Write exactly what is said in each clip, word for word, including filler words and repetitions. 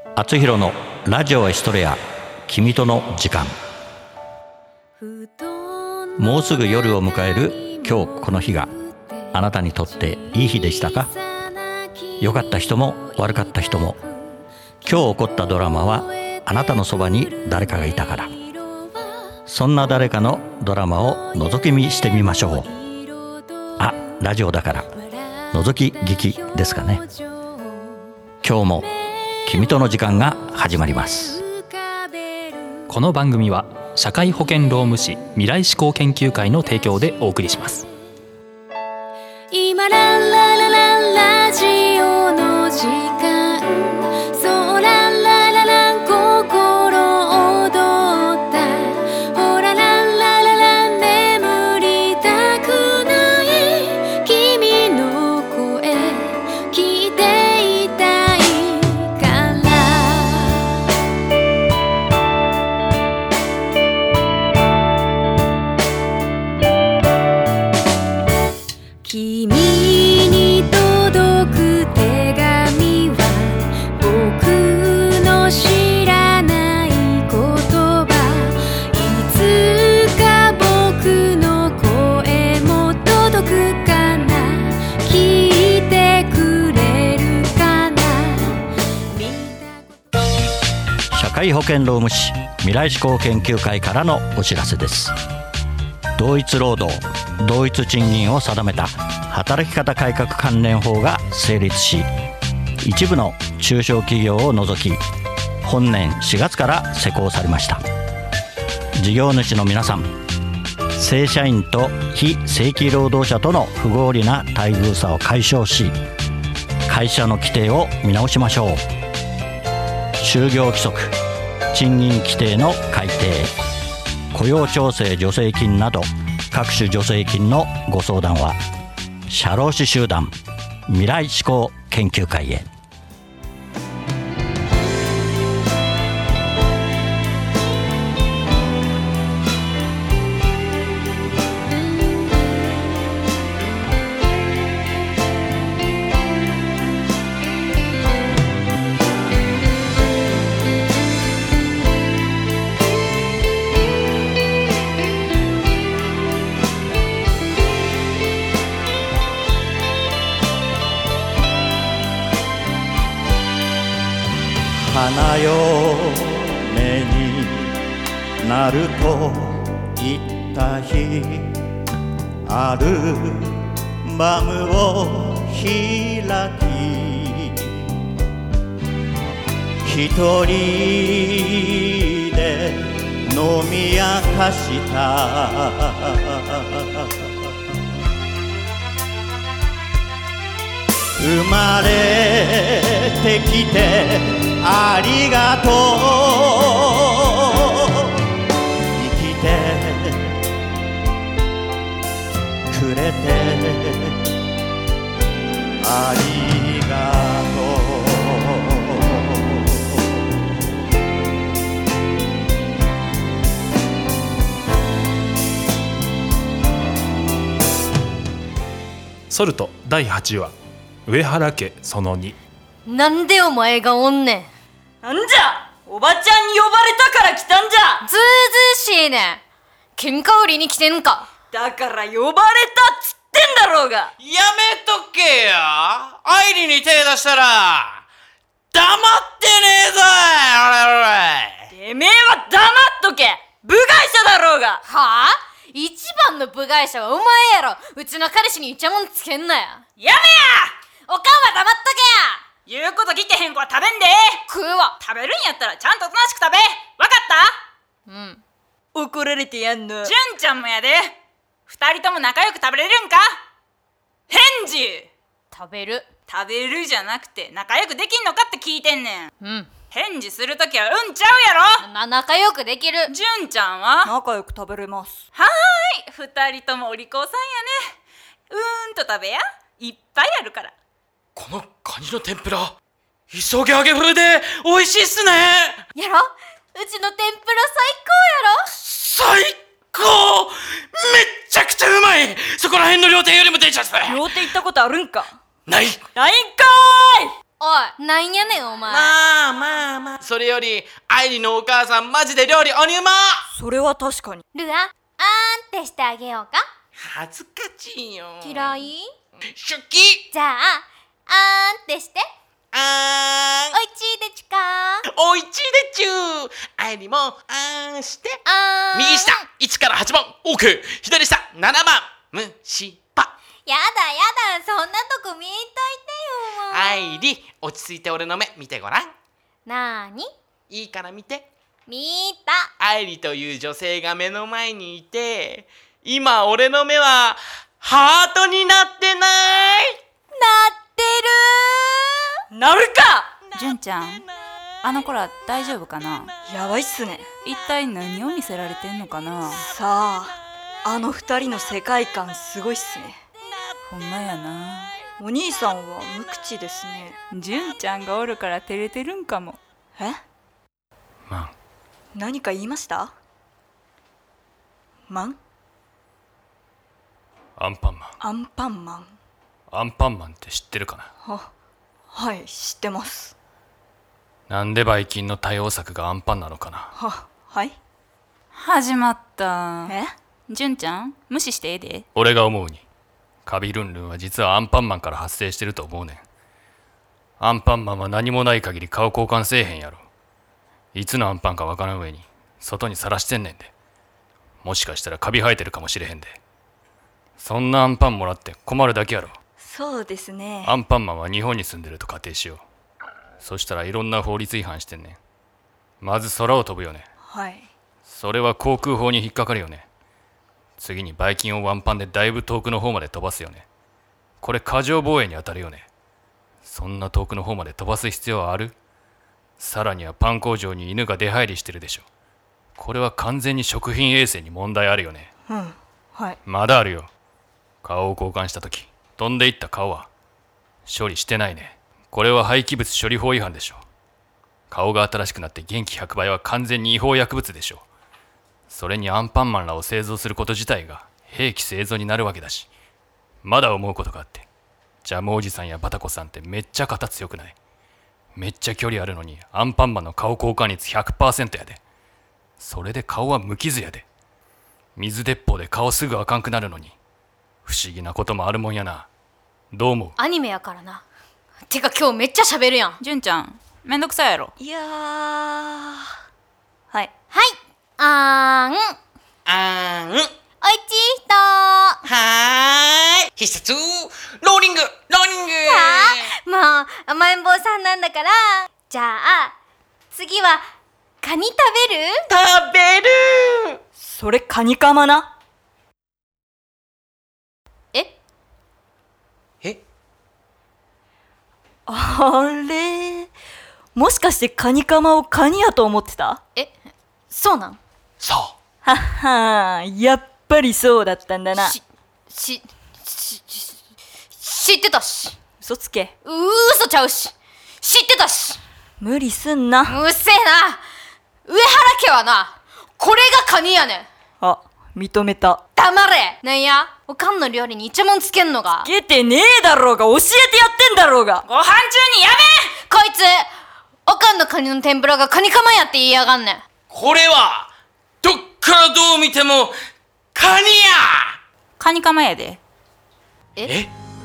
厚弘のラジオエストレア、君との時間。もうすぐ夜を迎える今日この日があなたにとっていい日でしたか？良かった人も悪かった人も、今日起こったドラマはあなたのそばに誰かがいたから。そんな誰かのドラマを覗き見してみましょう。あ、ラジオだから覗き聞きですかね。今日も君との時間が始まります。 この番組は社会保険労務士未来志向研究会の提供でお送りします。 今ランララランラジオの時間、そうランラララン心躍った、ほらランラララン眠りたくない、君の声聞いていたいから君に届く手紙は僕の知らない言葉、いつか僕の声も届くかな、聞いてくれるかな。 社会保険労務士未来志向研究会からのお知らせです。同一労働同一賃金を定めた働き方改革関連法が成立し、一部の中小企業を除き本年しがつから施行されました。事業主の皆さん、正社員と非正規労働者との不合理な待遇差を解消し、会社の規定を見直しましょう。就業規則、賃金規定の改定、雇用調整助成金など各種助成金のご相談は社労士集団未来志向研究会へ。 花嫁になると言った日、アルバムを開き一人で飲み明かした。生まれてきてありがとう、生きてくれてありがとう。ソルトだいはちわ、上原家そのに。 なんでお前がおんねん。 なんじゃ、おばちゃんに呼ばれたから来たんじゃ。 ずうずうしいねん。喧嘩売りに来てんか。 だから呼ばれたっつってんだろうが。 やめとけよ。愛理に手出したら黙ってねえぞ。 てめえは黙っとけ。部外者だろうが。 はぁ、一番の部外者はお前やろ。うちの彼氏にイチャモンつけんなや。 やめや。 おかんは黙っと言うこと聞けへん子は食べんで。 けや。食うわ。 食べるんやったらちゃんとおとなしく食べ。わかった？ うん。 怒られてやんの。純ちゃんもやで。二人とも仲良く食べれるんか？返事。 食べる。 食べるじゃなくて仲良くできんのかって聞いてんねん。 うん。 返事するときはうんちゃうやろ。 な、仲良くできる。 純ちゃんは仲良く食べれます。 はーい、二人ともお利口さんやね。うーんと食べや。いっぱいあるから。 このカニの天ぷら、急ぎ揚げ風で美味しいっすね。 やろ、うちの天ぷら最高やろ。 最高。めっちゃくちゃうまい。そこら辺の料亭よりもデンジャス。 料亭行ったことあるんか？ ない。 ないんかーい。 おい、なんやねんお前。 まあまあまあ、それより愛理のお母さんマジで料理鬼うま。 それは確かに。 ルア、あーんってしてあげようか。 恥ずかしいよ。 嫌い？ 好き。 じゃあ、あーんってして。 あーん。 おいちいでちゅか。 おいちいでちゅ。愛理もあーんして。 あーん。 右下いちからはちばん OK、 左下ななばん虫歯。 やだやだ、そんなとこ見んといてよ。 愛理、落ち着いて俺の目見てごらん。 なーに？ いいから見て。 見た。 愛理という女性が目の前にいて、今俺の目はハートになってない？ なってる。 なるか。 純ちゃん、あの子ら大丈夫かな。 やばいっすね。 一体何を見せられてんのかな。 さあ、あの二人の世界観すごいっすね。 ほんまやな。 お兄さんは無口ですね。 純ちゃんがおるから照れてるんかも。 え？ マン。 何か言いました？マン？ アンパンマン。 アンパンマン。 アンパンマンって知ってるかな。 は、はい、知ってます。 なんでばい菌の対応策がアンパンなのかな。 は、はい。 始まった。 え？ 純ちゃん、無視してええで。 俺が思うに、カビルンルンは実はアンパンマンから発生してると思うねん。アンパンマンは何もない限り顔交換せえへんやろ。いつのアンパンかわからん上に外にさらしてんねんで。もしかしたらカビ生えてるかもしれへんで。そんなアンパンもらって困るだけやろ。 そうですね。 アンパンマンは日本に住んでると仮定しよう。そしたらいろんな法律違反してんねん。まず空を飛ぶよね。 はい。 それは航空法に引っかかるよね。次にバイキンをワンパンでだいぶ遠くの方まで飛ばすよね。これ過剰防衛に当たるよね。そんな遠くの方まで飛ばす必要はある？さらにはパン工場に犬が出入りしてるでしょ。これは完全に食品衛生に問題あるよね。 うん、はい。 まだあるよ。顔を交換した時飛んでいった顔は処理してないね。これは廃棄物処理法違反でしょ。顔が新しくなって元気ひゃくばいは完全に違法薬物でしょ。それにアンパンマンらを製造すること自体が兵器製造になるわけだし。まだ思うことがあって、ジャムおじさんやバタコさんってめっちゃ肩強くない？めっちゃ距離あるのにアンパンマンの顔交換率 ひゃくパーセント やで。それで顔は無傷やで。水鉄砲で顔すぐあかんくなるのに。不思議なこともあるもんやな。どう思う？ アニメやからな。てか今日めっちゃ喋るやん。 純ちゃん、めんどくさいやろ。 いやー、はい。 はい、あーん。 あーん。 おいちい人。 はーい。必殺ローリングローリング。 もう甘えん坊さんなんだから。じゃあ次はカニ食べる？ 食べる。 それカニカマな。 え？ え？ あれ、もしかしてカニカマをカニやと思ってた？ え、そうなん？ そう。 はっはー、やっぱりそうだったんだな。 し、し、し、し知ってたし。 嘘つけ。 うー嘘ちゃうし。知ってたし。 無理すんな。 うっせえな。上原家はな、これがカニやねん。 あ、認めた。 黙れ。なんや、おかんの料理にイチャモンつけんのが。 つけてねえだろうが、教えてやってんだろうが。 ご飯中にやめ。こいつおかんのカニの天ぷらがカニカマやって言いやがんねん。 これはどっからどう見てもカニや。 カニカマやで。 え？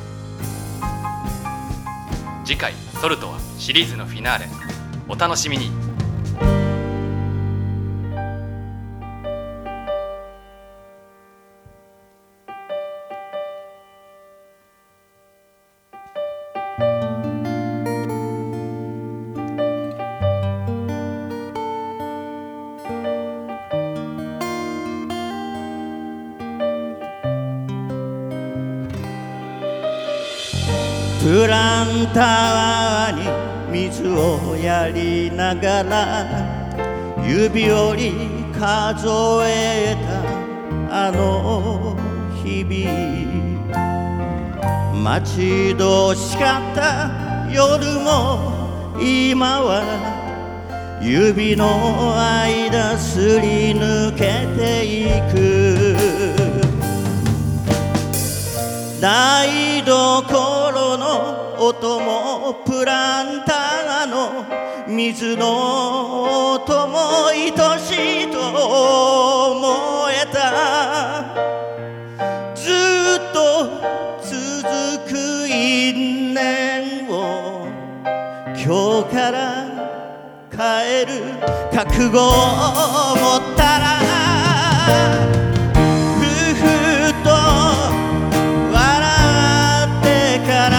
次回ソルトはシリーズのフィナーレ。お楽しみに。 プランターに水をやりながら指折り数えたあの日々、待ち遠しかった夜も今は指の間すり抜けていく。台所風の音もプランターの水の音も愛しいと思えた。ずっと続く因縁を今日から変える覚悟を持ったら、ふふと笑ってから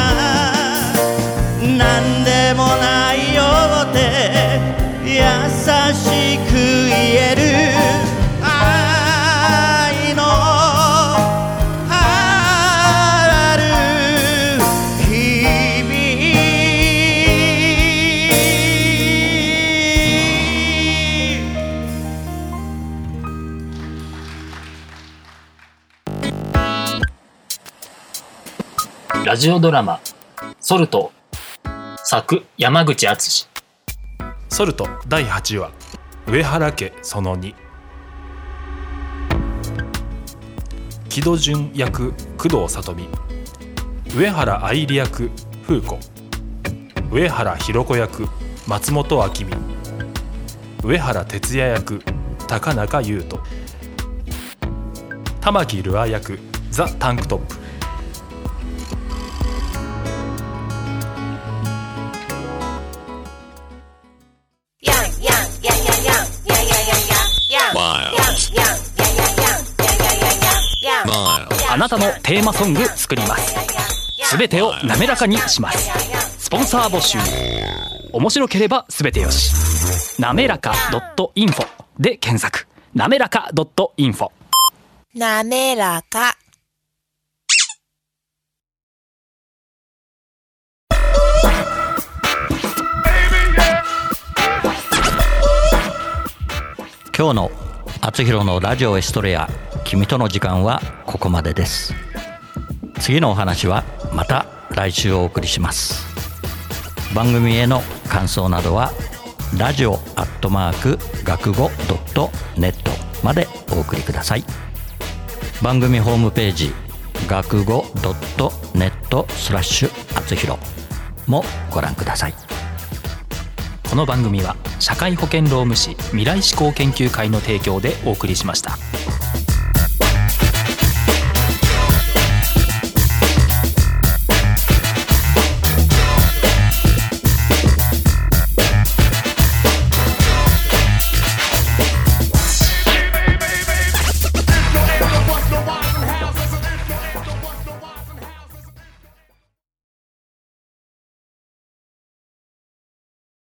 なんでもないよって優しく言える。愛のある日々、 ラジオドラマソルト、作山口敦。 ソルトだいはちわ、上原家そのに。木戸潤役工藤里美、上原愛理役風子、上原ひろ子役松本明美、上原哲也役高中優斗、玉木ルア役ザ・タンクトップ。 あなたのテーマソング作ります。すべてを滑らかにします。スポンサー募集。面白ければすべてよし。なめらか .info で検索。なめらか .info。 なめらか。 今日のあつひろのラジオエストレア、君との時間はここまでです。次のお話はまた来週お送りします。番組への感想などはラジオアットマーク学語ドットネットまでお送りください。番組ホームページ学語ドットネットスラッシュあつひろもご覧ください。 この番組は社会保険労務士未来志向研究会の提供でお送りしました。